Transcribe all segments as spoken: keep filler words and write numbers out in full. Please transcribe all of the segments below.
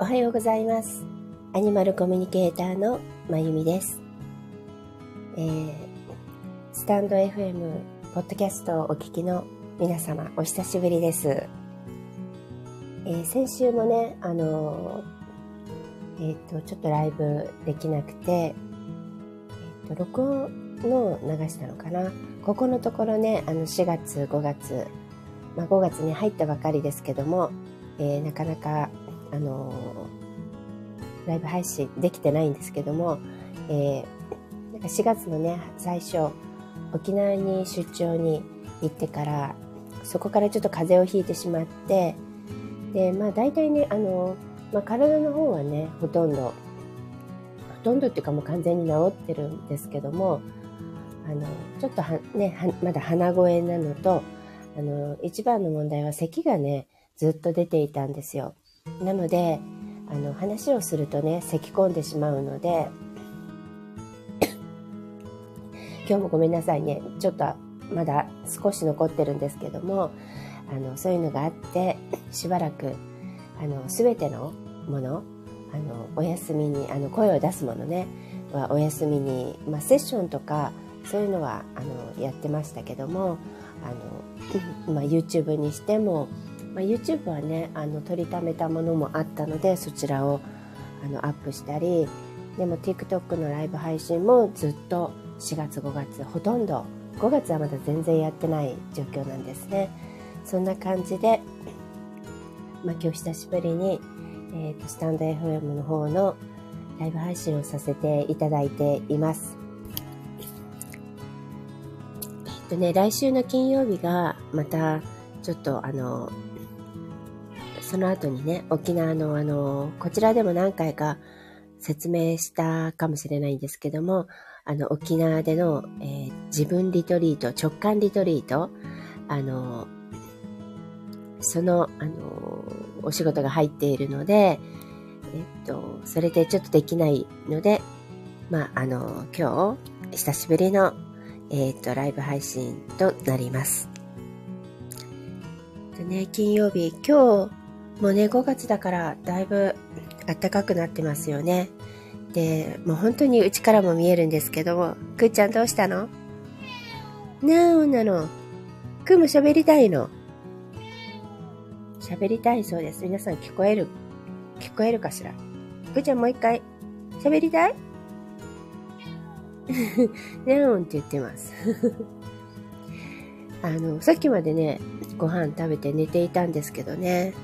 おはようございます。アニマルコミュニケーターのまゆみです。えー、スタンド エフエム ポッドキャストをお聞きの皆様、お久しぶりです。えー、先週もね、あのー、えっ、ー、と、ちょっとライブできなくて、えっ、ー、と、録音の流したのかな。ここのところね、あのしがつ、ごがつ、まあ、ごがつに入ったばかりですけども、えー、なかなかあのー、ライブ配信できてないんですけども、えー、なんかしがつのね最初沖縄に出張に行ってから、そこからちょっと風邪をひいてしまって、でまあ大体ねあのー、まあ、体の方はねほとんどほとんどっていうかもう完全に治ってるんですけども、あのちょっとはねはまだ鼻声なのと、あの一番の問題は咳がねずっと出ていたんですよ。なのであの話をするとね咳き込んでしまうので今日もごめんなさいね、ちょっとまだ少し残ってるんですけども、あのそういうのがあってしばらくあの全てのものあのお休みに、あの声を出すものねはお休みに、まあ、セッションとかそういうのはあのやってましたけども、あの、まあ、YouTube にしても、まあ、YouTube はねあの撮りためたものもあったのでそちらをあのアップしたり、でも TikTok のライブ配信もずっとしがつごがつほとんど、ごがつはまだ全然やってない状況なんですね。そんな感じで、まあ、今日久しぶりに、えーと、スタンド エフエム の方のライブ配信をさせていただいています。えっとね、来週の金曜日がまたちょっとあのその後にね、沖縄のあの、こちらでも何回か説明したかもしれないんですけども、あの、沖縄での、えー、自分リトリート、直感リトリート、あの、その、あの、お仕事が入っているので、えっと、それでちょっとできないので、まあ、あの、今日、久しぶりの、えっと、ライブ配信となります。でね、金曜日、今日、もうね、ごがつだからだいぶ暖かくなってますよね。で、もう本当にうちからも見えるんですけども、くーちゃんどうしたの？なあ、女の。くーも喋りたいの。喋りたいそうです。皆さん聞こえる？聞こえるかしら？くーちゃんもう一回喋りたい？ねーんって言ってます。あの、さっきまでね、ご飯食べて寝ていたんですけどね。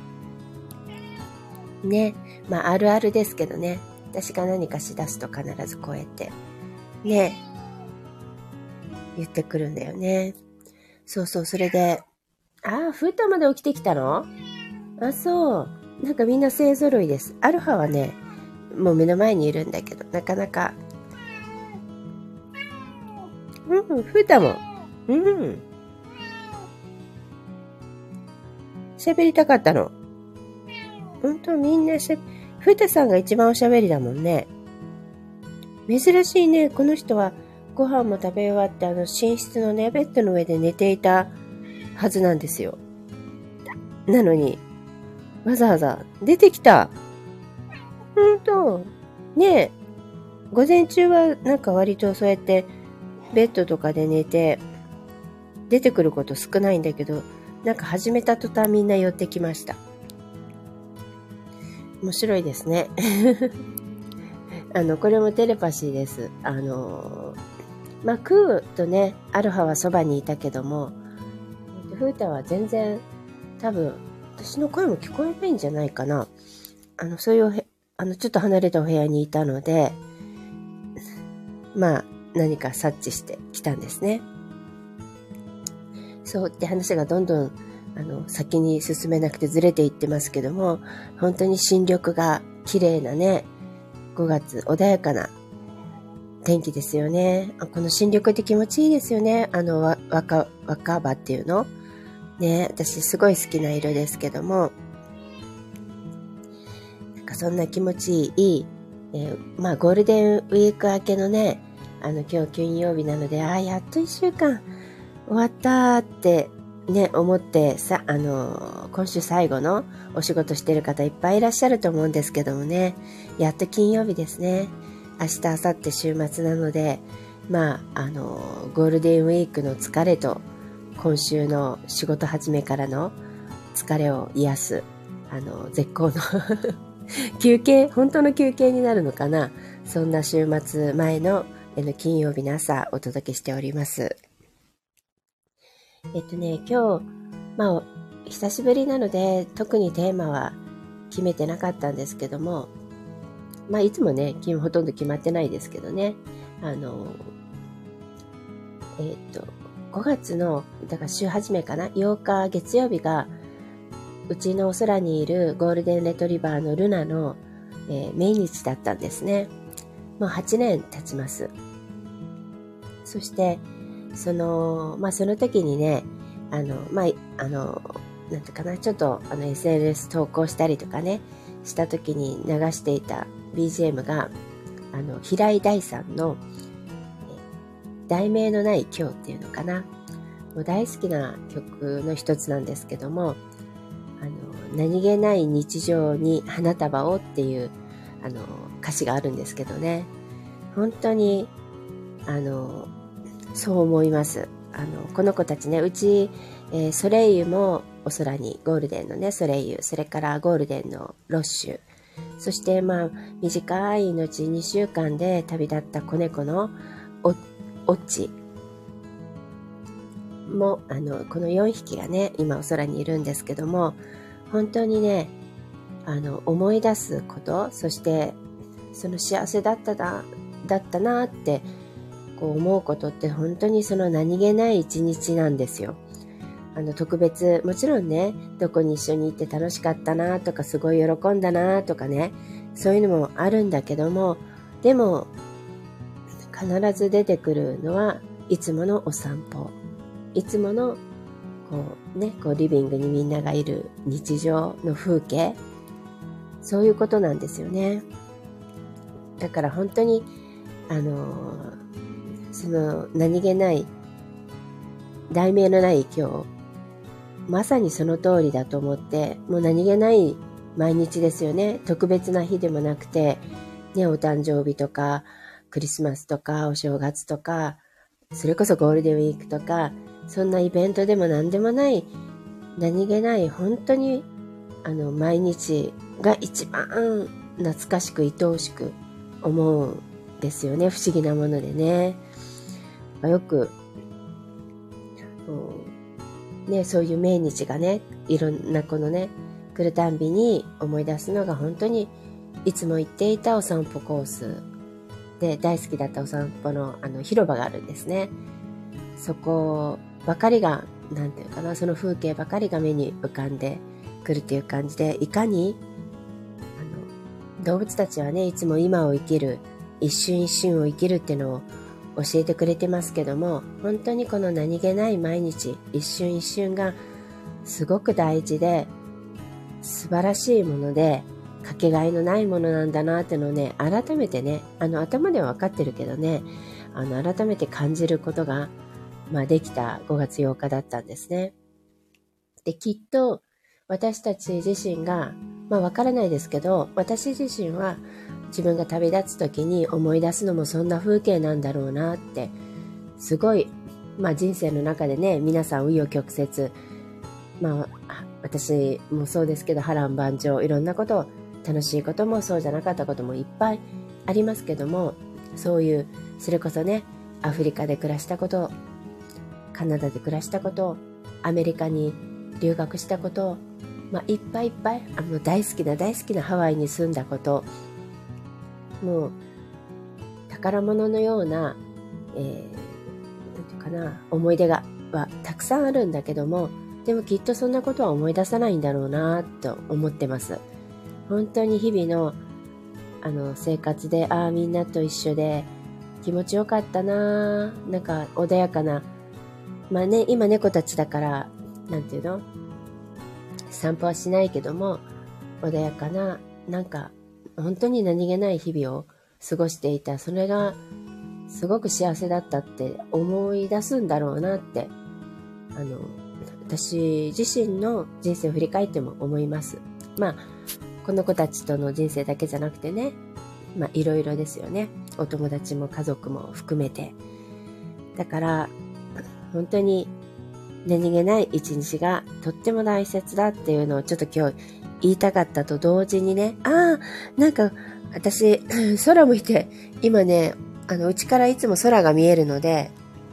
ね、まああるあるですけどね、私が何かしだすと必ずこうやってね言ってくるんだよね。そうそう、それで、ああ、ふーたまで起きてきたの？あ、そう、なんかみんな勢揃いです。アルファはねもう目の前にいるんだけど、なかなか、うん、ふーたもうん喋りたかったの。本当みんなしゃ、ふーたさんが一番おしゃべりだもんね。珍しいね。この人はご飯も食べ終わってあの寝室のね、ベッドの上で寝ていたはずなんですよ。なのに、わざわざ出てきた。ほんと。ねえ、午前中はなんか割とそうやってベッドとかで寝て出てくること少ないんだけど、なんか始めた途端みんな寄ってきました。面白いですね。あの、これもテレパシーです。あの、まあ、クーとね、アルファはそばにいたけども、フータは全然、多分、私の声も聞こえないんじゃないかな。あの、そういう、あの、ちょっと離れたお部屋にいたので、まあ、何か察知してきたんですね。そうって話がどんどん、あの、先に進めなくてずれていってますけども、本当に新緑が綺麗なね、ごがつ穏やかな天気ですよね。この新緑って気持ちいいですよね。あの、若、若葉っていうのね、私すごい好きな色ですけども、なんかそんな気持ちいい、えー、まあゴールデンウィーク明けのね、あの今日金曜日なので、ああ、やっと一週間終わったってね、思ってさ、あの、今週最後のお仕事してる方いっぱいいらっしゃると思うんですけどもね、やっと金曜日ですね。明日、明後日週末なので、まあ、あの、ゴールデンウィークの疲れと、今週の仕事始めからの疲れを癒す、あの、絶好の休憩、本当の休憩になるのかな。そんな週末前の金曜日の朝お届けしております。えっとね、今日、まあ、久しぶりなので、特にテーマは決めてなかったんですけども、まあ、いつもね、ほとんど決まってないですけどね、あの、えっと、ごがつの、だから週始めかな、ようか月曜日が、うちのお空にいるゴールデンレトリバーのルナの、えー、命日だったんですね。もうはちねん経ちます。そして、その、まあ、その時にね、あの、まあ、あの、なんていうかな、ちょっと、あの、エスエヌエス 投稿したりとかね、した時に流していた ビージーエム が、あの、平井大さんの、題名のない今日っていうのかな。もう大好きな曲の一つなんですけども、あの、何気ない日常に花束をっていう、あの、歌詞があるんですけどね。本当に、あの、そう思います。あの、この子たちね、うち、えー、ソレイユもお空に、ゴールデンのね、ソレイユ、それからゴールデンのロッシュ、そしてまあ、短い命にしゅうかんで旅立った子猫のオッチも、あの、このよんひきがね、今お空にいるんですけども、本当にね、あの、思い出すこと、そして、その幸せだっただ、だったなって、こう思うことって本当にその何気ない一日なんですよ。あの特別、もちろんね、どこに一緒に行って楽しかったなとか、すごい喜んだなとかね、そういうのもあるんだけども、でも必ず出てくるのはいつものお散歩、いつものこうね、こうリビングにみんながいる日常の風景、そういうことなんですよね。だから本当にあのーその何気ない題名のない今日、まさにその通りだと思って、もう何気ない毎日ですよね。特別な日でもなくて、ね、お誕生日とかクリスマスとかお正月とか、それこそゴールデンウィークとか、そんなイベントでも何でもない、何気ない本当にあの毎日が一番懐かしく愛おしく思うんですよね。不思議なものでね。よく、ね、そういう命日がね、いろんなこのね、来るたんびに思い出すのが本当にいつも行っていたお散歩コースで、大好きだったお散歩のあの広場があるんですね。そこばかりが、なんていうかな、その風景ばかりが目に浮かんでくるっていう感じで、いかにあの動物たちはね、いつも今を生きる、一瞬一瞬を生きるっていうのを教えてくれてますけども、本当にこの何気ない毎日、一瞬一瞬がすごく大事で素晴らしいもので、かけがえのないものなんだなっていうのをね、改めてね、あの頭では分かってるけどね、あの改めて感じることが、まあ、できたごがつようかだったんですね。で、きっと私たち自身が、まあ分からないですけど、私自身は自分が旅立つ時に思い出すのもそんな風景なんだろうなって、すごい、まあ人生の中でね、皆さん紆余曲折、まあ私もそうですけど、波乱万丈、いろんなこと、楽しいこともそうじゃなかったこともいっぱいありますけども、そういう、それこそね、アフリカで暮らしたこと、カナダで暮らしたこと、アメリカに留学したこと、まあいっぱいいっぱい、あの大好きな大好きなハワイに住んだこと、もう宝物のような、えー、なんていうかな、思い出がはたくさんあるんだけども、でもきっとそんなことは思い出さないんだろうなと思ってます。本当に日々のあの生活で、ああみんなと一緒で気持ちよかったな、なんか穏やかな、まあね、今猫たちだからなんていうの、散歩はしないけども穏やかな、なんか本当に何気ない日々を過ごしていた、それがすごく幸せだったって思い出すんだろうなって、あの私自身の人生を振り返っても思います。まあ、この子たちとの人生だけじゃなくてね、まあいろいろですよね。お友達も家族も含めて。だから、本当に何気ない一日がとっても大切だっていうのをちょっと今日言いたかったと同時にね、ああ、なんか私、空向いて、今ね、あの、うちからいつも空が見えるので、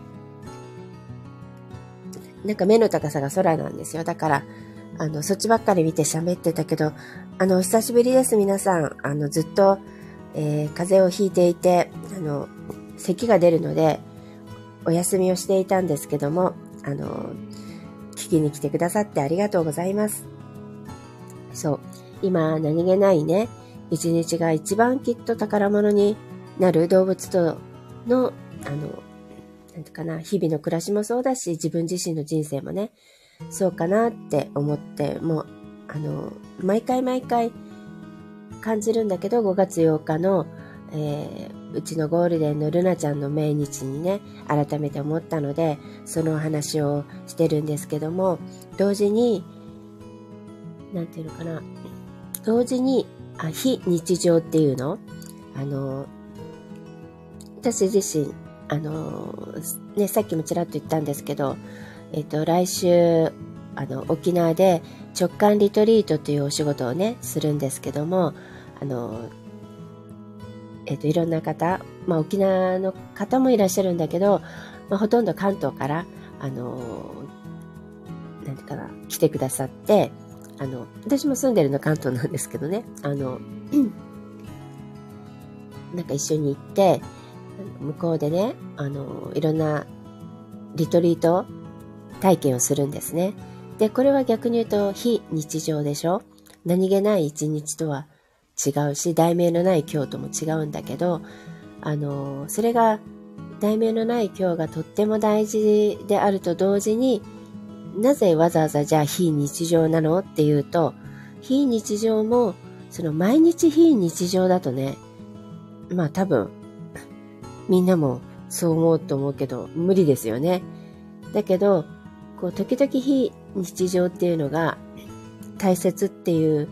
なんか目の高さが空なんですよ。だから、あの、そっちばっかり見て喋ってたけど、あの、お久しぶりです、皆さん。あの、ずっと、えー、風邪をひいていて、あの、咳が出るので、お休みをしていたんですけども、あの、聞きに来てくださってありがとうございます。そう。今、何気ないね、一日が一番きっと宝物になる動物との、あの、なんていうかな、日々の暮らしもそうだし、自分自身の人生もね、そうかなって思って、もう、あの、毎回毎回感じるんだけど、ごがつようかの、えー、うちのゴールデンのルナちゃんの命日にね、改めて思ったので、そのお話をしてるんですけども、同時に、なんていうのかな、同時に、あ、非日常っていうのあの、私自身、あの、ね、さっきもちらっと言ったんですけど、えっと、来週、あの、沖縄で直感リトリートというお仕事をね、するんですけども、あの、えっと、いろんな方、まあ、沖縄の方もいらっしゃるんだけど、まあ、ほとんど関東から、あの、なんていうかな、来てくださって、あの、私も住んでるの関東なんですけどね、あの、なんか一緒に行って、向こうでね、あの、いろんなリトリート体験をするんですね。で、これは逆に言うと非日常でしょ？何気ない一日とは違うし、題名のない今日とも違うんだけど、あの、それが題名のない今日がとっても大事であると同時に、なぜわざわざじゃあ非日常なのっていうと、非日常もその毎日非日常だとね、まあ多分みんなもそう思うと思うけど無理ですよね。だけどこう時々非日常っていうのが大切っていう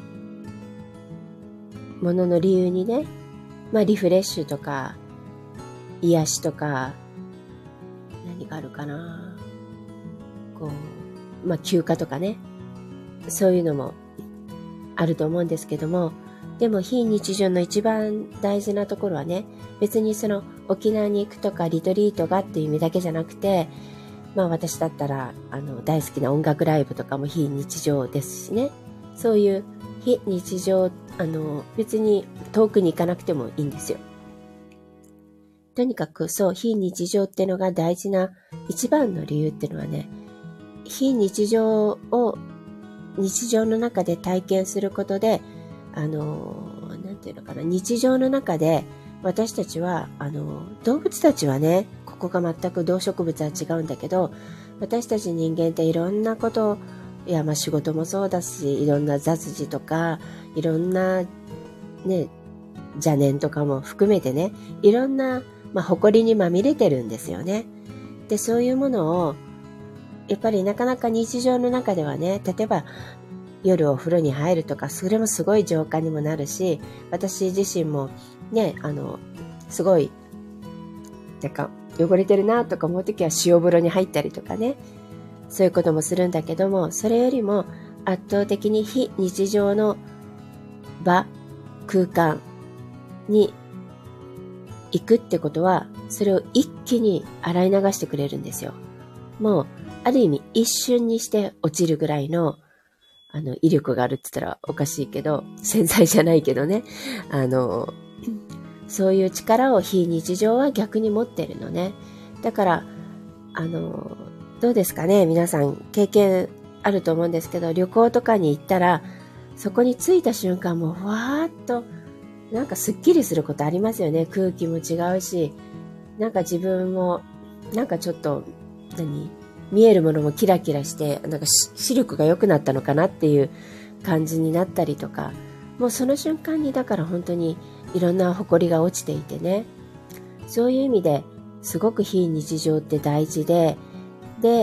ものの理由にね、まあリフレッシュとか癒しとか何があるかな、こうまあ休暇とかね、そういうのもあると思うんですけども、でも非日常の一番大事なところはね、別にその沖縄に行くとかリトリートがっていう意味だけじゃなくて、まあ私だったらあの大好きな音楽ライブとかも非日常ですしね、そういう非日常、あの別に遠くに行かなくてもいいんですよ。とにかくそう、非日常っていうのが大事な一番の理由っていうのはね、非日常を日常の中で体験することで、あの、なんていうのかな、日常の中で私たちは、あの、動物たちはね、ここが全く動植物は違うんだけど、私たち人間っていろんなこと、いや、まあ仕事もそうだし、いろんな雑事とか、いろんな、ね、邪念とかも含めてね、いろんな、まあ、埃にまみれてるんですよね。で、そういうものを、やっぱりなかなか日常の中ではね、例えば夜お風呂に入るとか、それもすごい浄化にもなるし、私自身もね、あの、すごい、なんか汚れてるなとか思うときは塩風呂に入ったりとかね、そういうこともするんだけども、それよりも圧倒的に非日常の場、空間に行くってことは、それを一気に洗い流してくれるんですよ。もう、ある意味一瞬にして落ちるぐらいの、あの、威力があるって言ったらおかしいけど、繊細じゃないけどね。あの、そういう力を非日常は逆に持ってるのね。だから、あの、どうですかね、皆さん経験あると思うんですけど、旅行とかに行ったら、そこに着いた瞬間もわーっと、なんかスッキリすることありますよね。空気も違うし、なんか自分も、なんかちょっと、何見えるものもキラキラして、なんか視力が良くなったのかなっていう感じになったりとか、もうその瞬間にだから本当にいろんな埃が落ちていてね、そういう意味ですごく非日常って大事で、で、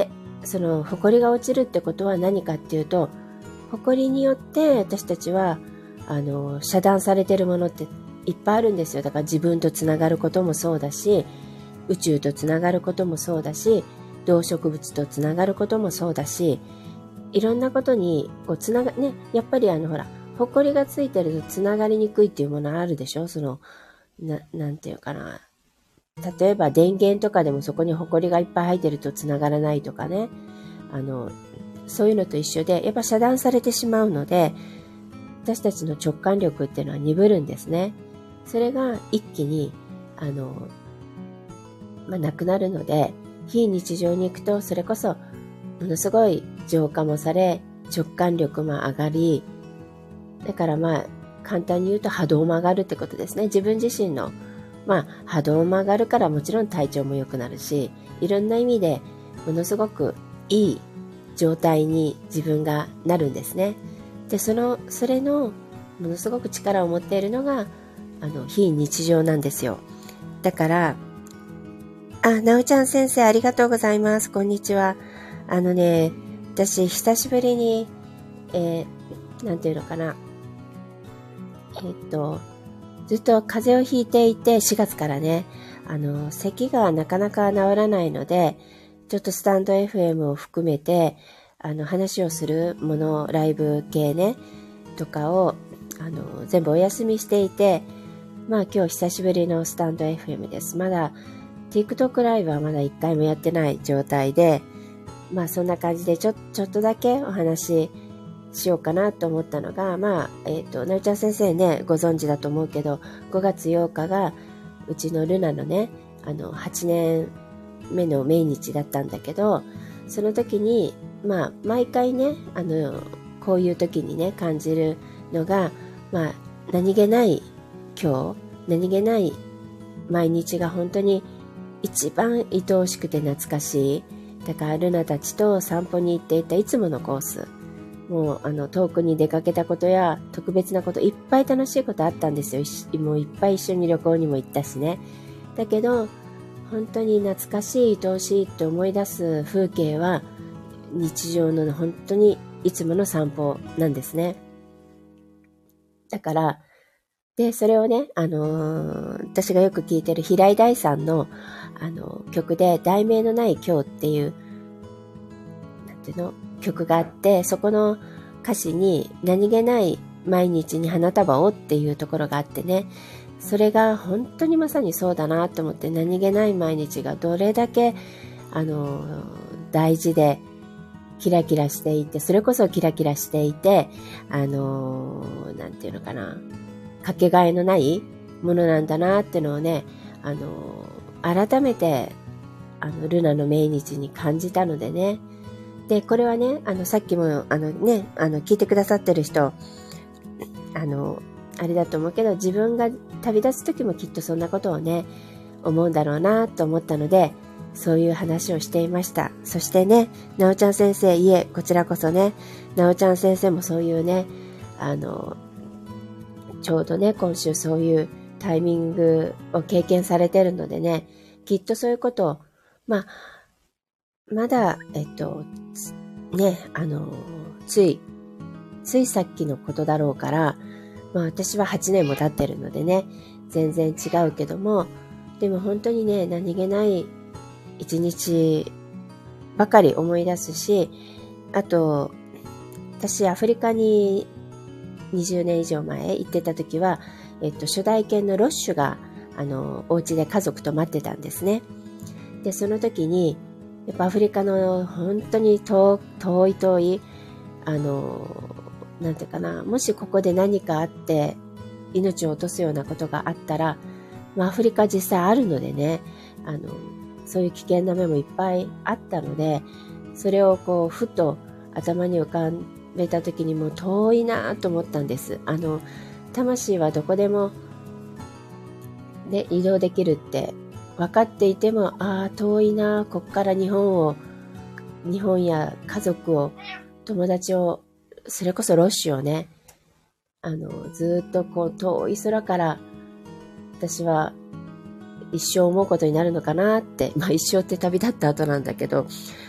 その埃が落ちるってことは何かっていうと、埃によって私たちはあの遮断されてるものっていっぱいあるんですよ。だから自分とつながることもそうだし、宇宙とつながることもそうだし、動植物とつながることもそうだし、いろんなことにこうつながね、やっぱりあのほら、埃がついてるとつながりにくいっていうものあるでしょ。そのななんていうかな、例えば電源とかでもそこに埃がいっぱい入ってるとつながらないとかね、あのそういうのと一緒で、やっぱ遮断されてしまうので、私たちの直感力っていうのは鈍るんですね。それが一気にあの、まあ、なくなるので、非日常に行くとそれこそものすごい浄化もされ、直感力も上がり、だからまあ簡単に言うと波動も上がるってことですね。自分自身のまあ波動も上がるから、もちろん体調も良くなるし、いろんな意味でものすごくいい状態に自分がなるんですね。で、そのそれのものすごく力を持っているのがあの非日常なんですよ。だから、あ、なおちゃん先生ありがとうございます。こんにちは。あのね、私久しぶりに、えー、なんていうのかな、えー、っとずっと風邪をひいていて、しがつからね、あの咳がなかなか治らないので、ちょっとスタンド エフエム を含めてあの話をするもの、ライブ系ねとかをあの全部お休みしていて、まあ今日久しぶりのスタンド エフエム です。まだ TikTok ライブはまだいっかいもやってない状態で、まあそんな感じでちょ、ちょっとだけお話しようかなと思ったのが、まあ、えっと、なおちゃん先生ね、ご存知だと思うけど、ごがつようかがうちのルナのね、あの、はちねんめの命日だったんだけど、その時に、まあ、毎回ね、あの、こういう時にね、感じるのが、まあ、何気ない今日、何気ない毎日が本当に一番愛おしくて懐かしい。だからルナたちと散歩に行っていたいつものコース、もうあの遠くに出かけたことや特別なこと、いっぱい楽しいことあったんですよ。もういっぱい一緒に旅行にも行ったしね。だけど本当に懐かしい、愛おしいって思い出す風景は日常の本当にいつもの散歩なんですね。だからでそれをね、あのー、私がよく聴いてる平井大さんのあの曲で題名のない今日っていうなんていうの曲があって、そこの歌詞に何気ない毎日に花束をっていうところがあってね、それが本当にまさにそうだなと思って、何気ない毎日がどれだけあの大事でキラキラしていて、それこそキラキラしていて、あのなんていうのかな、かけがえのないものなんだなっていうのをね、あの改めてあのルナの命日に感じたのでね。でこれはね、あのさっきもあのね、あの聞いてくださってる人、あのあれだと思うけど、自分が旅立つ時もきっとそんなことをね思うんだろうなと思ったので、そういう話をしていました。そしてね、なおちゃん先生、いえこちらこそね、なおちゃん先生もそういうね、あのちょうどね今週そういうタイミングを経験されてるのでね、きっとそういうことをまあまだえっとね、あのついついさっきのことだろうから、まあ私ははちねんも経ってるのでね、全然違うけども、でも本当にね、何気ない一日ばかり思い出すし、あと私アフリカににじゅうねん以上前行ってた時は、えっと初代犬のロッシュがあのお家で家族と待ってたんですね。でその時にやっぱアフリカの本当に遠い遠いあのなんていうかな、もしここで何かあって命を落とすようなことがあったら、まあ、アフリカ実際あるのでね、あのそういう危険な目もいっぱいあったので、それをこうふと頭に浮かべた時にも遠いなと思ったんです。あの魂はどこでも、ね、移動できるって分かっていても、ああ遠いな、こっから日本を日本や家族を友達を、それこそロッシュをね、あのずっとこう遠い空から私は一生思うことになるのかなって、まあ一生って旅立った後なんだけど、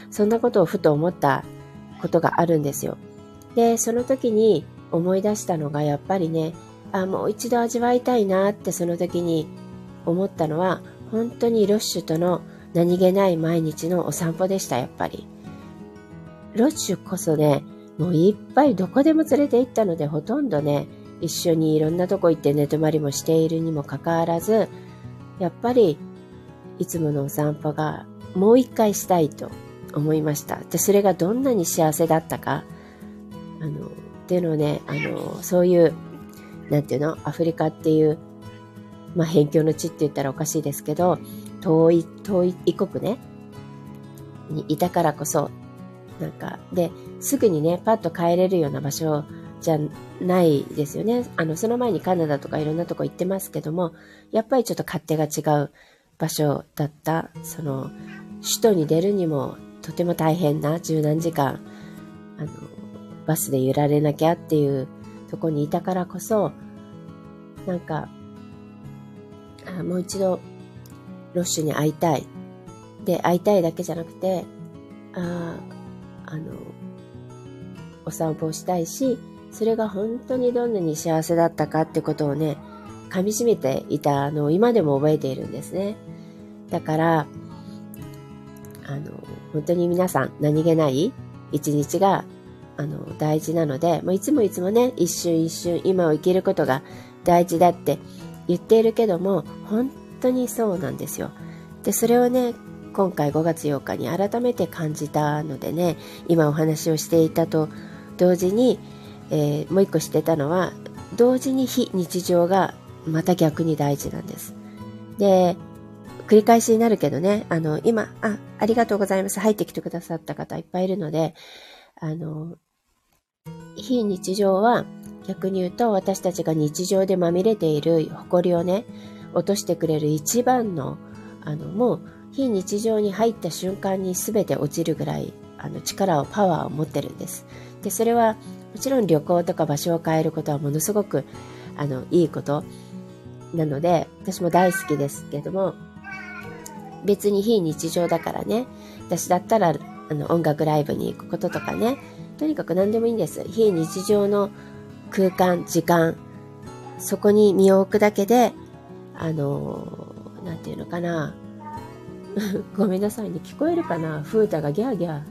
そんなことをふと思ったことがあるんですよ。で、その時に思い出したのがやっぱりね、あ、もう一度味わいたいなってその時に思ったのは、本当にロッシュとの何気ない毎日のお散歩でした、やっぱり。ロッシュこそね、もういっぱいどこでも連れて行ったので、ほとんどね、一緒にいろんなとこ行って寝泊まりもしているにもかかわらず、やっぱりいつものお散歩がもう一回したいと思いました。で、それがどんなに幸せだったか、あの、っていうのをね、あの、そういう、なんていうの、アフリカっていう、まあ、辺境の地って言ったらおかしいですけど、遠い、遠い異国ね、にいたからこそ、なんか、で、すぐにね、パッと帰れるような場所じゃないですよね。あの、その前にカナダとかいろんなとこ行ってますけども、やっぱりちょっと勝手が違う場所だった。その、首都に出るにもとても大変な十何時間、あの、バスで揺られなきゃっていうとこにいたからこそ、なんか、あ、もう一度ロッシュに会いたい。で、会いたいだけじゃなくて、あ、あの、お散歩をしたいし、それが本当にどんなに幸せだったかってことをね、噛み締めていたのを今でも覚えているんですね。だから、あの、本当に皆さん何気ない一日が、あの、大事なので、もういつもいつもね、一瞬一瞬今を生きることが大事だって言っているけども、本当にそうなんですよ。で、それをね、今回ごがつようかに改めて感じたのでね、今お話をしていたと同時に、えー、もう一個知ってたのは、同時に非日常がまた逆に大事なんです。で、繰り返しになるけどね、あの、今、あ、ありがとうございます。入ってきてくださった方いっぱいいるので、あの、非日常は逆に言うと私たちが日常でまみれている埃をね、落としてくれる一番の、あの、もう非日常に入った瞬間に全て落ちるぐらい、あの、力を、パワーを持ってるんです。で、それはもちろん旅行とか場所を変えることはものすごく、あの、いいことなので、私も大好きですけども、別に非日常だからね、私だったら、あの、音楽ライブに行くこととかね、とにかく何でもいいんです。非日常の空間、時間、そこに身を置くだけで、あの、なんていうのかな、ごめんなさいね、聞こえるかな、フータがギャーギャー。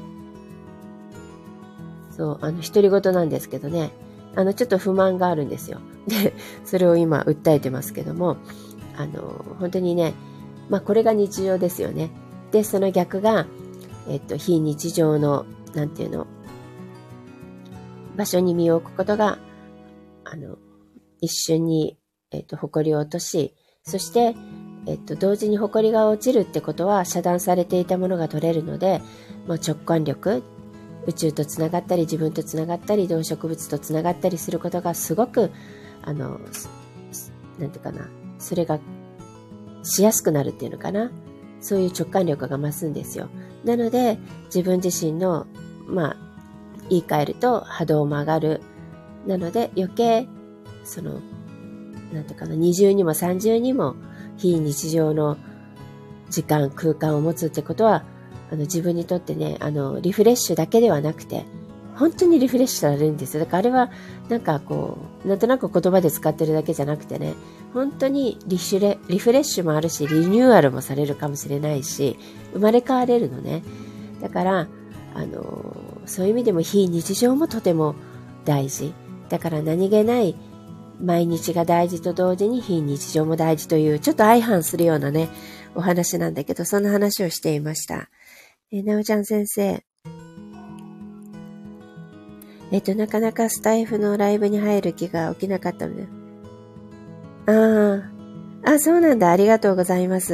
そう、あの、独り言なんですけどね、あの、ちょっと不満があるんですよ。で、それを今訴えてますけども、あの、本当にね、まあ、これが日常ですよね。で、その逆が、えっと、非日常の、なんていうの、場所に身を置くことが、あの、一瞬に、えっと、埃を落とし、そして、えっと、同時に埃が落ちるってことは遮断されていたものが取れるので、まあ、直感力、宇宙とつながったり、自分とつながったり、動植物とつながったりすることがすごく、あの、なんていうかな、それがしやすくなるっていうのかな。そういう直感力が増すんですよ。なので、自分自身の、まあ、言い換えると波動も上がる。なので、余計、その、なんていうかな、二重にも三重にも非日常の時間、空間を持つってことは、あの、自分にとってね、あの、リフレッシュだけではなくて、本当にリフレッシュされるんですよ。だからあれは、なんかこう、なんとなく言葉で使ってるだけじゃなくてね、本当にリフレ、リフレッシュもあるし、リニューアルもされるかもしれないし、生まれ変われるのね。だから、あの、そういう意味でも非日常もとても大事。だから何気ない毎日が大事と同時に非日常も大事という、ちょっと相反するようなね、お話なんだけど、そんな話をしていました。えー、なおちゃん先生。えっと、なかなかスタイフのライブに入る気が起きなかったので。ああ、あ、そうなんだ。ありがとうございます。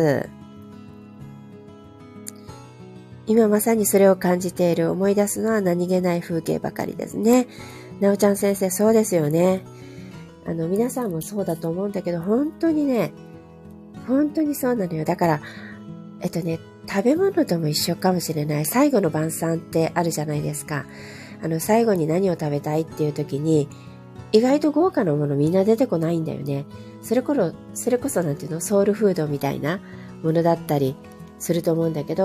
今まさにそれを感じている。思い出すのは何気ない風景ばかりですね。なおちゃん先生、そうですよね。あの、皆さんもそうだと思うんだけど、本当にね、本当にそうなのよ。だから、えっとね、食べ物とも一緒かもしれない。最後の晩餐ってあるじゃないですか。あの、最後に何を食べたいっていう時に、意外と豪華なものみんな出てこないんだよね。それこそ、それこそなんていうの、ソウルフードみたいなものだったりすると思うんだけど、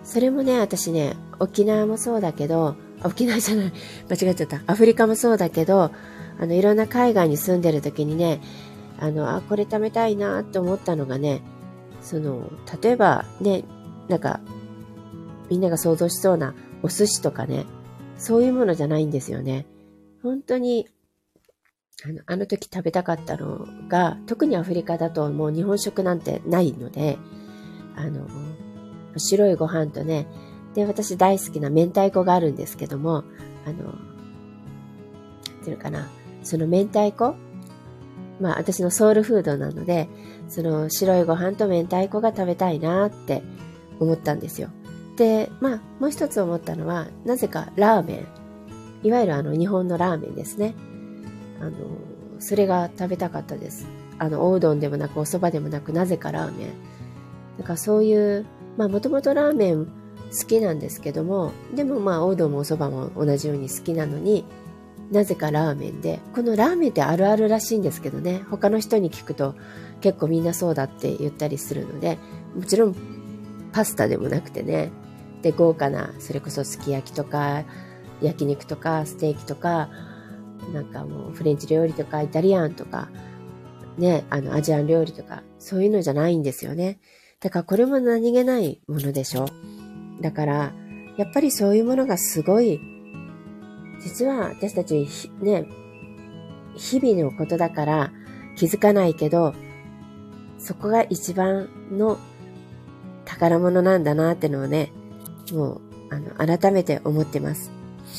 それもね、私ね、沖縄もそうだけど、沖縄じゃない、間違っちゃった。アフリカもそうだけど、あの、いろんな海外に住んでる時にね、あの、あ、これ食べたいなって思ったのがね、その、例えばね、なんか、みんなが想像しそうなお寿司とかね、そういうものじゃないんですよね。本当に、あの、あの時食べたかったのが、特にアフリカだともう日本食なんてないので、あの、白いご飯とね、で、私大好きな明太子があるんですけども、あの、なんていうのかな、その明太子、まあ私のソウルフードなので、その白いご飯と明太子が食べたいなって思ったんですよ。で、まあもう一つ思ったのは、なぜかラーメン。いわゆるあの日本のラーメンですね。あの、それが食べたかったです。あの、おうどんでもなくお蕎麦でもなく、なぜかラーメン。だからそういう、まあもともとラーメン好きなんですけども、でもまあおうどんもお蕎麦も同じように好きなのに、なぜかラーメンで、このラーメンってあるあるらしいんですけどね、他の人に聞くと結構みんなそうだって言ったりするので、もちろんパスタでもなくてね、で豪華な、それこそすき焼きとか焼肉とかステーキとか、なんかもうフレンチ料理とかイタリアンとかね、あのアジアン料理とかそういうのじゃないんですよね。だからこれも何気ないものでしょ。だからやっぱりそういうものがすごい、実は私たちね、日々のことだから気づかないけど、そこが一番の宝物なんだなってのをね、もうあの改めて思ってます。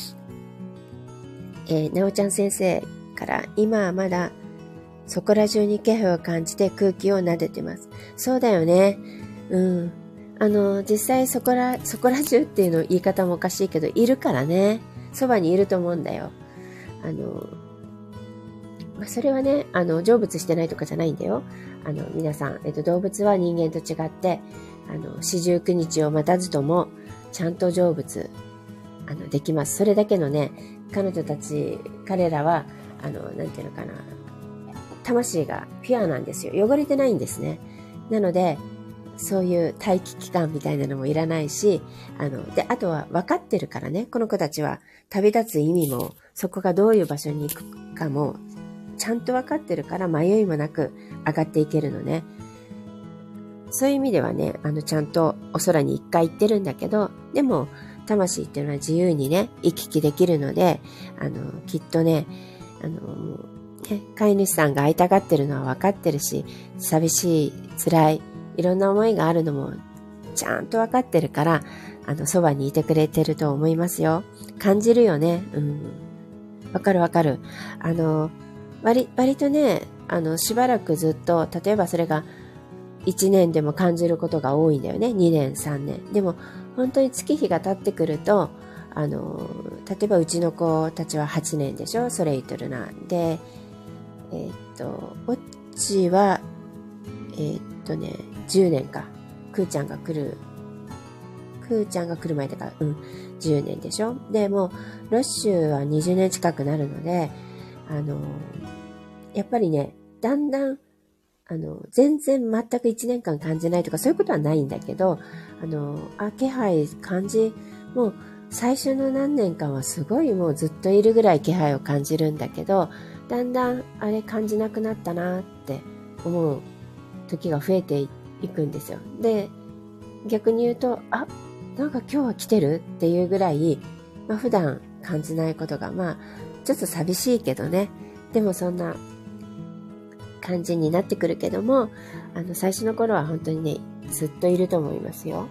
えー、なおちゃん先生から、今はまだそこら中に気配を感じて空気を撫でてます。そうだよね。うん。あの、実際そこら、そこら中っていうの言い方もおかしいけど、いるからね。そばにいると思うんだよ。あの、まあ、それはね、あの、成仏してないとかじゃないんだよ。あの、皆さん、えっと、動物は人間と違って、あの、四十九日を待たずとも、ちゃんと成仏、あの、できます。それだけのね、彼女たち、彼らは、あの、なんていうのかな、魂がピュアなんですよ。汚れてないんですね。なので、そういう待機期間みたいなのもいらないし、あの、で、あとは分かってるからね、この子たちは旅立つ意味も、そこがどういう場所に行くかも、ちゃんと分かってるから迷いもなく上がっていけるのね。そういう意味ではね、あの、ちゃんとお空に一回行ってるんだけど、でも、魂っていうのは自由にね、行き来できるので、あの、きっとね、あの、ね、飼い主さんが会いたがってるのは分かってるし、寂しい、辛い、いろんな思いがあるのもちゃんと分かってるから、あの、そばにいてくれてると思いますよ。感じるよね。うん。わかるわかる。あの、割、割とね、あの、しばらくずっと、例えばそれがいちねんでも感じることが多いんだよね。にねん、さんねん。でも、本当に月日が経ってくると、あの、例えばうちの子たちははちねんでしょ、ソレイトルナ。で、えーっと、オッチは、えーっとね、じゅうねんか。クーちゃんが来る、クーちゃんが来る前だから、うん、じゅうねんでしょ。で、もう、ロッシュはにじゅうねん近くなるので、あの、やっぱりね、だんだん、あの、全然全くいちねんかん感じないとかそういうことはないんだけど、あの、あ、気配感じ、もう最初の何年間はすごいもうずっといるぐらい気配を感じるんだけど、だんだんあれ感じなくなったなって思う時が増えていくんですよ。で、逆に言うと、あ、なんか今日は来てるっていうぐらい、まあ普段感じないことが、まあちょっと寂しいけどね、でもそんな感じになってくるけども、あの最初の頃は本当にね、ずっといると思いますよ。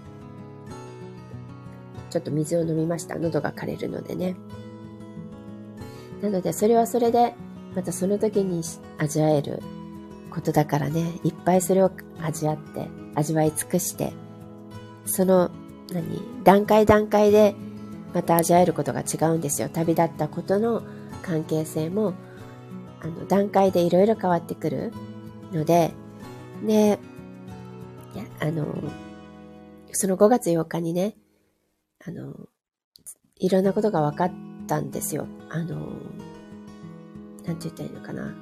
ちょっと水を飲みました。喉が枯れるのでね。なのでそれはそれでまたその時に味わえることだからね、いっぱいそれを味わって味わい尽くして、その何段階段階でまた味わえることが違うんですよ。旅立ったことの関係性もあの段階でいろいろ変わってくるので、で、あのそのごがつようかにね、あのいろんなことが分かったんですよ。あのなんて言ったらいいのかな。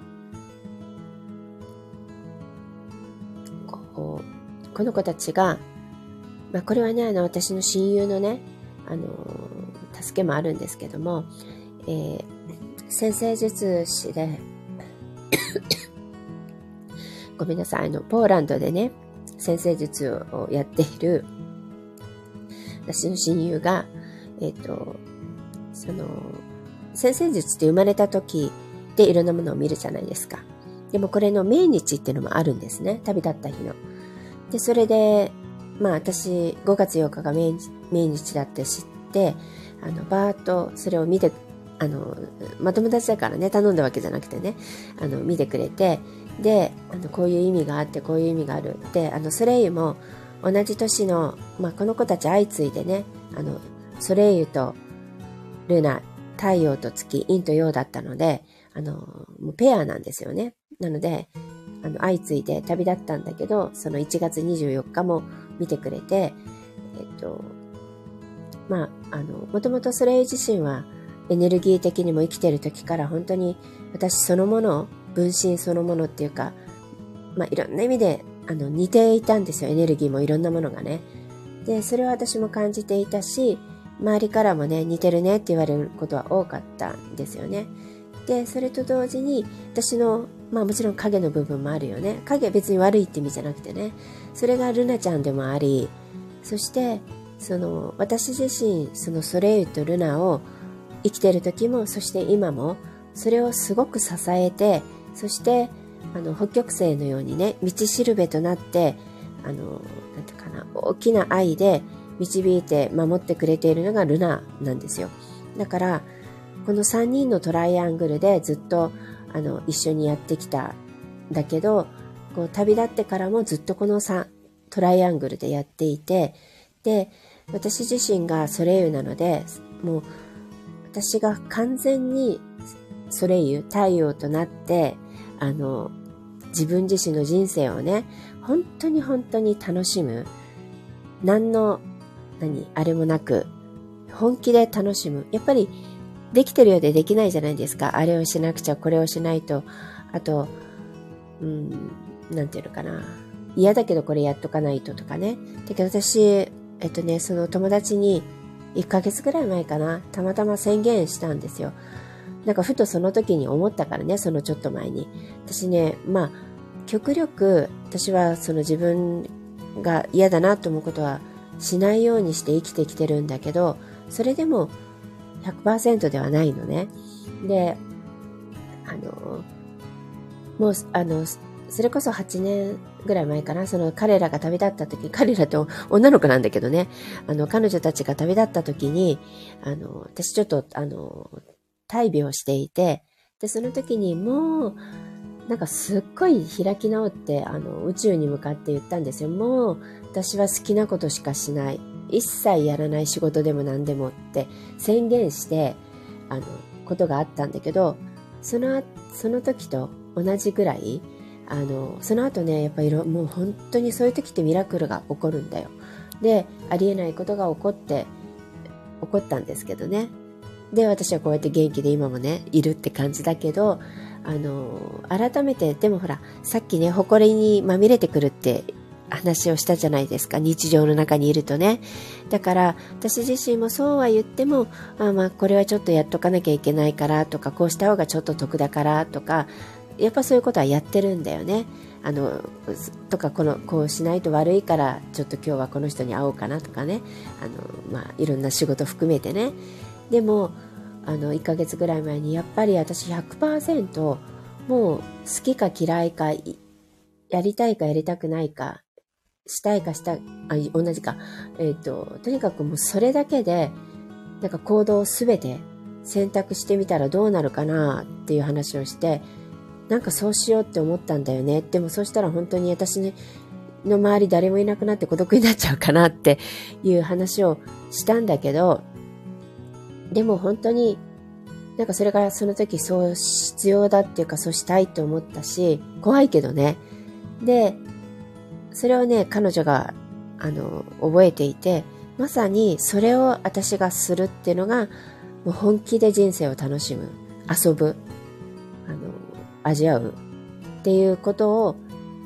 こうこの子たちがまあ、これはね、あの、私の親友のね、あの、助けもあるんですけども、えー、占星術師で、ごめんなさい、あの、ポーランドでね、占星術をやっている、私の親友が、えっと、その、占星術って生まれた時でいろんなものを見るじゃないですか。でもこれの命日っていうのもあるんですね。旅立った日の。で、それで、まあ私、ごがつようかが命日、命日だって知って、あの、バーッとそれを見て、あの、まあ、友達だからね、頼んだわけじゃなくてね、あの、見てくれて、で、あの、こういう意味があって、こういう意味がある。で、あの、ソレイユも同じ年の、まあ、この子たち相次いでね、あの、ソレイユとルナ、太陽と月、陰と陽だったので、あの、もうペアなんですよね。なので、あの、相次いで旅立ったんだけど、そのいちがつにじゅうよっかも見てくれて、えっと、まあ、あの、もともとソレイユ自身はエネルギー的にも生きてる時から本当に私そのもの、分身そのものっていうか、まあ、いろんな意味で、あの、似ていたんですよ。エネルギーもいろんなものがね。で、それは私も感じていたし、周りからもね、似てるねって言われることは多かったんですよね。で、それと同時に、私の、まあもちろん影の部分もあるよね。影は別に悪いって意味じゃなくてね。それがルナちゃんでもあり、そして、その、私自身、そのソレイユとルナを生きてる時も、そして今も、それをすごく支えて、そして、あの、北極星のようにね、道しるべとなって、あの、なんていうかな、大きな愛で導いて守ってくれているのがルナなんですよ。だから、このさんにんのトライアングルでずっと、あの、一緒にやってきたんだけど、こう、旅立ってからもずっとこのさん、トライアングルでやっていて、で、私自身がソレイユなので、もう、私が完全にソレイユ、太陽となって、あの、自分自身の人生をね、本当に本当に楽しむ。何の、何、あれもなく、本気で楽しむ。やっぱり、できてるようでできないじゃないですか。あれをしなくちゃ、これをしないと。あと、うん、なんていうのかな。嫌だけどこれやっとかないととかね。だけど私、えっとね、その友達に、いっかげつぐらい前かな、たまたま宣言したんですよ。なんかふとその時に思ったからね、そのちょっと前に。私ね、まあ、極力、私はその自分が嫌だなと思うことはしないようにして生きてきてるんだけど、それでも ひゃくパーセント ではないのね。で、あの、もう、あの、それこそはちねんぐらい前かな、その彼らが旅立った時、彼らと女の子なんだけどね、あの、彼女たちが旅立った時に、あの、私ちょっと、あの、大病していて、で、その時にもう、なんかすっごい開き直って、あの、宇宙に向かって言ったんですよ。もう、私は好きなことしかしない。一切やらない仕事でも何でもって宣言して、あの、ことがあったんだけど、その、その時と同じぐらい、あの、その後ね、やっぱりもう本当にそういう時ってミラクルが起こるんだよ。で、ありえないことが起こって、起こったんですけどね。で、私はこうやって元気で今もね、いるって感じだけど、あの、改めて、でもほら、さっきね、埃にまみれてくるって話をしたじゃないですか。日常の中にいるとね。だから、私自身もそうは言っても、あまあ、これはちょっとやっとかなきゃいけないからとか、こうした方がちょっと得だからとか、やっぱそういうことはやってるんだよね。あの、とか、この、こうしないと悪いから、ちょっと今日はこの人に会おうかなとかね。あの、まあ、いろんな仕事含めてね。でも、あの、いっかげつぐらい前に、やっぱり私 ひゃくパーセント もう好きか嫌いか、やりたいかやりたくないか、したいかした、あ、同じか。えっと、とにかくもうそれだけで、なんか行動をすべて選択してみたらどうなるかなっていう話をして、なんかそうしようって思ったんだよね。でもそうしたら本当に私の周り誰もいなくなって孤独になっちゃうかなっていう話をしたんだけど、でも本当になんかそれがその時そう必要だっていうかそうしたいと思ったし、怖いけどね。で、それをね、彼女があの覚えていて、まさにそれを私がするっていうのがもう本気で人生を楽しむ、遊ぶ、あの味わうっていうことを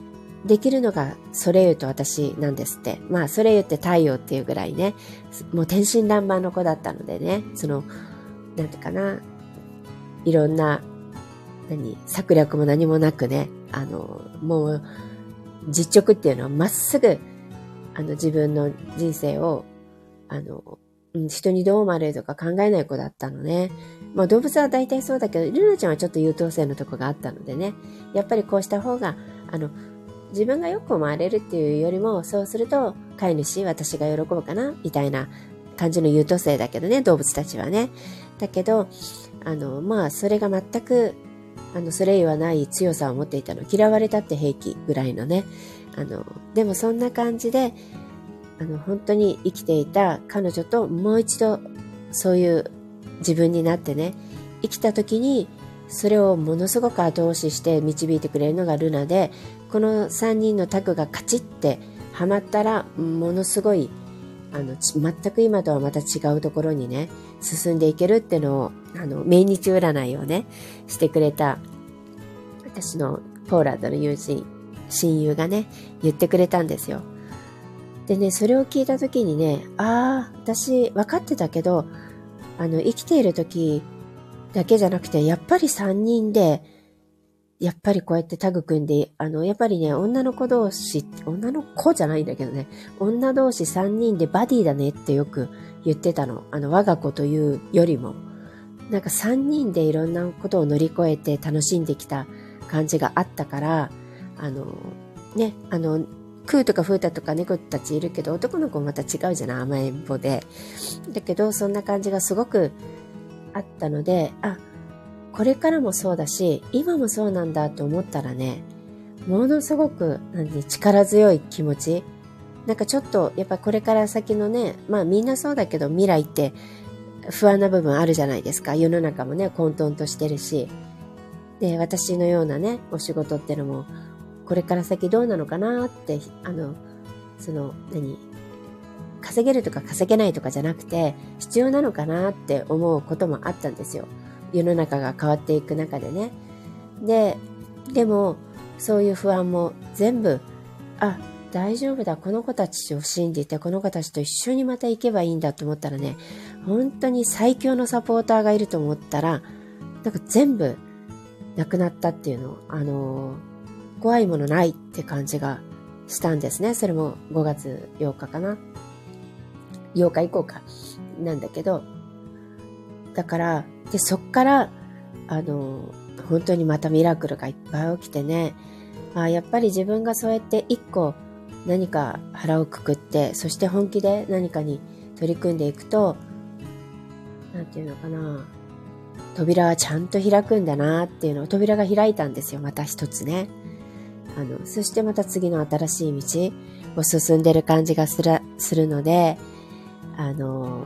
できるのがソレイユと私なんですって。まあソレイユって太陽っていうぐらいね、もう天真爛漫の子だったのでね、その、なんていうかな、いろんな、何、策略も何もなくね、あの、もう、実直っていうのはまっすぐ、あの自分の人生を、あの、人にどう思われるとか考えない子だったのね。まあ動物は大体そうだけど、ルナちゃんはちょっと優等生のとこがあったのでね。やっぱりこうした方が、あの、自分がよく思われるっていうよりも、そうすると、飼い主、私が喜ぶかなみたいな感じの優等生だけどね、動物たちはね。だけど、あの、まあ、それが全く、あの、それ以はない強さを持っていたの。嫌われたって平気ぐらいのね。あの、でもそんな感じで、あの、本当に生きていた彼女ともう一度そういう自分になってね、生きた時にそれをものすごく後押しして導いてくれるのがルナで、このさんにんのタッグがカチッてはまったら、ものすごい、あの、全く今とはまた違うところにね、進んでいけるっていうのを、あの、命日占いをね、してくれた、私のポーランドの友人、親友がね、言ってくれたんですよ。でね、それを聞いたときにね、ああ、私分かってたけど、あの、生きているときだけじゃなくて、やっぱりさんにんで、やっぱりこうやってタグ組んで、あの、やっぱりね、女の子同士、女の子じゃないんだけどね、女同士さんにんでバディだねってよく言ってたの。あの、我が子というよりも。なんかさんにんでいろんなことを乗り越えて楽しんできた感じがあったから、あの、ね、あの、クーとかフータとか猫たちいるけど、男の子もまた違うじゃない、甘えん坊で。だけど、そんな感じがすごくあったので、あ、これからもそうだし、今もそうなんだと思ったらね、ものすごく、なんて力強い気持ち。なんかちょっと、やっぱこれから先のね、まあみんなそうだけど、未来って不安な部分あるじゃないですか。世の中もね、混沌としてるし。で、私のようなね、お仕事ってのも、これから先どうなのかなって、あの、その、何、稼げるとか稼げないとかじゃなくて、必要なのかなって思うこともあったんですよ。世の中が変わっていく中でね。で、でも、そういう不安も全部、あ、大丈夫だ、この子たちを信じて、この子たちと一緒にまた行けばいいんだと思ったらね、本当に最強のサポーターがいると思ったら、なんか全部なくなったっていうの、あのー、怖いものないって感じがしたんですね。それもごがつようかかな。ようか以降か。なんだけど、だから、で、そっから、あの、本当にまたミラクルがいっぱい起きてね、あ、やっぱり自分がそうやって一個何か腹をくくって、そして本気で何かに取り組んでいくと、なんていうのかな、扉はちゃんと開くんだなっていうのを、扉が開いたんですよ、また一つね。あの、そしてまた次の新しい道を進んでる感じがする、するので、あの、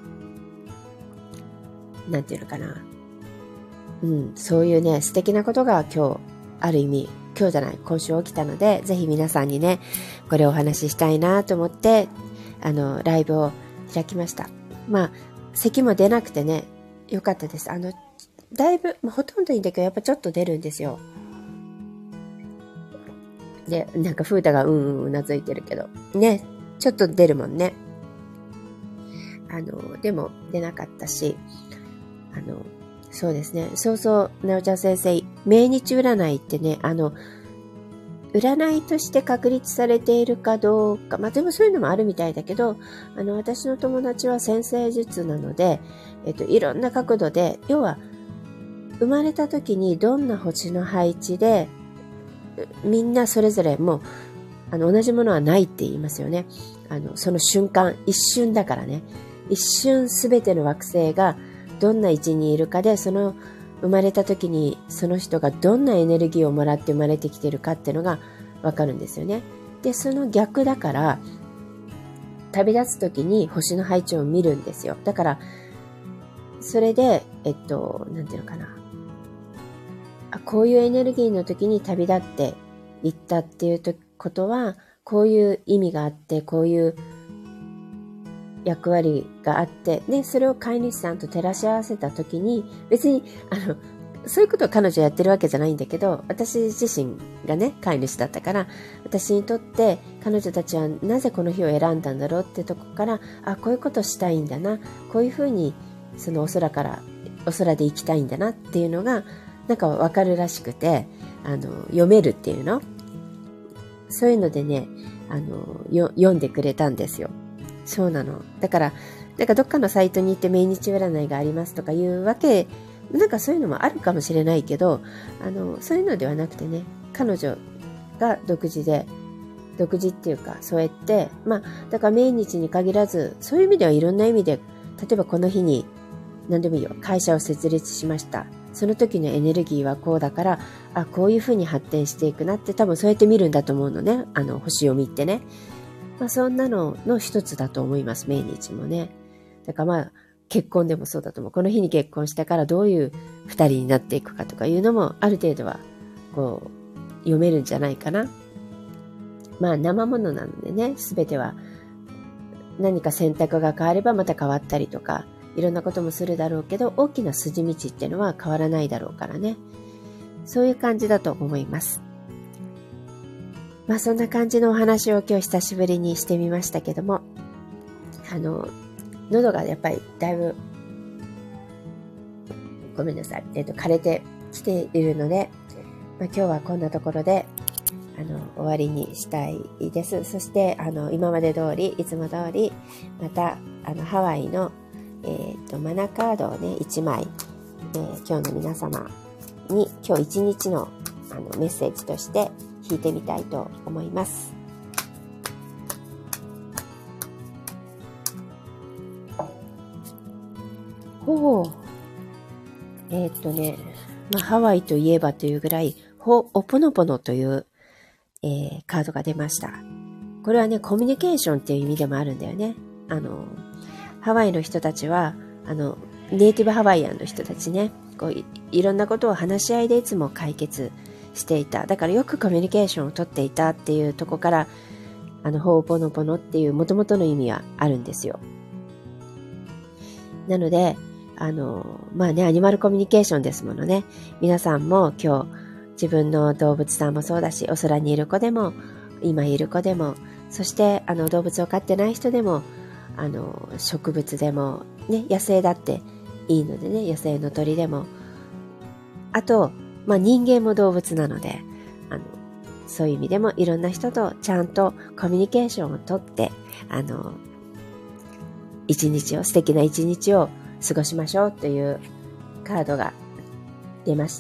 なんていうのかな。うん、そういうね、素敵なことが今日、ある意味、今日じゃない、今週起きたので、ぜひ皆さんにね、これをお話ししたいなと思って、あの、ライブを開きました。まあ、咳も出なくてね、よかったです。あの、だいぶ、まあ、ほとんどいいんだけど、やっぱちょっと出るんですよ。で、なんか、風太がうんうんうなずいてるけど、ね、ちょっと出るもんね。あの、でも出なかったし、あの、そうですね。そうそう、なおちゃん先生、命日占いってね、あの、占いとして確立されているかどうか、まあでもそういうのもあるみたいだけど、あの、私の友達は先生術なので、えっと、いろんな角度で、要は、生まれた時にどんな星の配置で、みんなそれぞれもう、あの、同じものはないって言いますよね。あの、その瞬間、一瞬だからね。一瞬すべての惑星がどんな位置にいるかで、その生まれた時にその人がどんなエネルギーをもらって生まれてきているかっていうのがわかるんですよね。で、その逆だから、旅立つ時に星の配置を見るんですよ。だから、それで、えっと、なんていうのかな。あ、こういうエネルギーの時に旅立っていったっていうことは、こういう意味があって、こういう役割があって、で、それを飼い主さんと照らし合わせたときに、別に、あの、 そういうことを彼女やってるわけじゃないんだけど、私自身がね、飼い主だったから、私にとって彼女たちはなぜこの日を選んだんだろうってとこから、あ、こういうことしたいんだな、こういうふうにそのお空から、お空で行きたいんだなっていうのが、なんかわかるらしくて、あの、読めるっていうの。そういうのでね、あの、よ読んでくれたんですよ。そうなの。だから、なんかどっかのサイトに行って命日占いがありますとかいうわけ、なんかそういうのもあるかもしれないけど、あの、そういうのではなくてね、彼女が独自で、独自っていうか、そうやって、まあ、だから命日に限らず、そういう意味ではいろんな意味で、例えばこの日に、何でもいいよ、会社を設立しました。その時のエネルギーはこうだから、あ、こういう風に発展していくなって多分そうやって見るんだと思うのね。あの、星読みってね。まあそんなのの一つだと思います、命日もね。だからまあ、結婚でもそうだと思う。この日に結婚したからどういう二人になっていくかとかいうのもある程度は、こう、読めるんじゃないかな。まあ生ものなのでね、すべては何か選択が変わればまた変わったりとか、いろんなこともするだろうけど、大きな筋道っていうのは変わらないだろうからね。そういう感じだと思います。まあそんな感じのお話を今日久しぶりにしてみましたけども、あの、喉がやっぱりだいぶ、ごめんなさい、えっと、枯れてきているので、まあ、今日はこんなところで、あの、終わりにしたいです。そして、あの、今まで通り、いつも通り、また、あの、ハワイのえっと、マナカードをね、いちまい、えー、今日の皆様に、今日一日の、あのメッセージとして引いてみたいと思います。ほう。えっとね、まあ、ハワイといえばというぐらい、ホオポノポノという、えー、カードが出ました。これはね、コミュニケーションっていう意味でもあるんだよね。あの、ハワイの人たちは、あの、ネイティブハワイアンの人たちね、こうい、いろんなことを話し合いでいつも解決していた。だからよくコミュニケーションをとっていたっていうとこから、あの、ホーポノポノっていう元々の意味はあるんですよ。なので、あの、まあね、アニマルコミュニケーションですものね。皆さんも今日、自分の動物さんもそうだし、お空にいる子でも、今いる子でも、そしてあの動物を飼ってない人でも、あの植物でも、ね、野生だっていいのでね、野生の鳥でも、あと、まあ、人間も動物なので、あのそういう意味でもいろんな人とちゃんとコミュニケーションをとって、あの一日を素敵な一日を過ごしましょうというカードが出ました。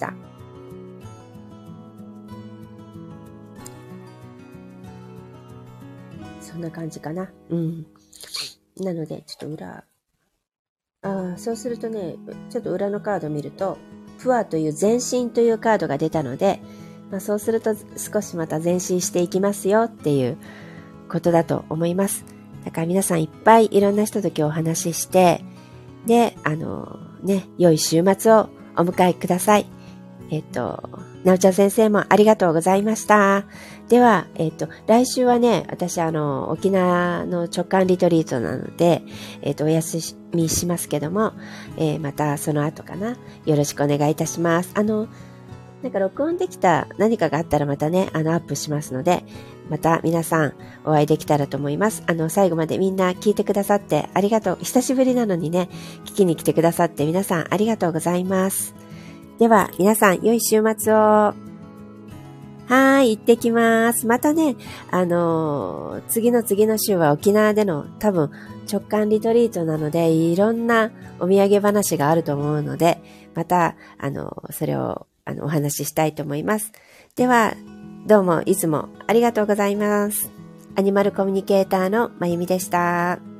そんな感じかな。うん。なので、ちょっと裏、ああ、そうするとね、ちょっと裏のカードを見ると、プアという前進というカードが出たので、まあ、そうすると少しまた前進していきますよっていうことだと思います。だから皆さんいっぱいいろんな人と今日お話しして、で、あの、ね、良い週末をお迎えください。えっと、なおちゃん先生もありがとうございました。では、えっと、来週はね、私あの、沖縄の直感リトリートなので、えっと、お休みしますけども、えー、またその後かな、よろしくお願いいたします。あの、なんか録音できた何かがあったらまたね、あの、アップしますので、また皆さんお会いできたらと思います。あの、最後までみんな聞いてくださってありがとう。久しぶりなのにね、聞きに来てくださって皆さんありがとうございます。では、皆さん良い週末を。はーい、行ってきます。またね、あのー、次の次の週は沖縄での多分直感リトリートなので、いろんなお土産話があると思うので、また、あのー、それをあのお話ししたいと思います。では、どうもいつもありがとうございます。アニマルコミュニケーターのまゆみでした。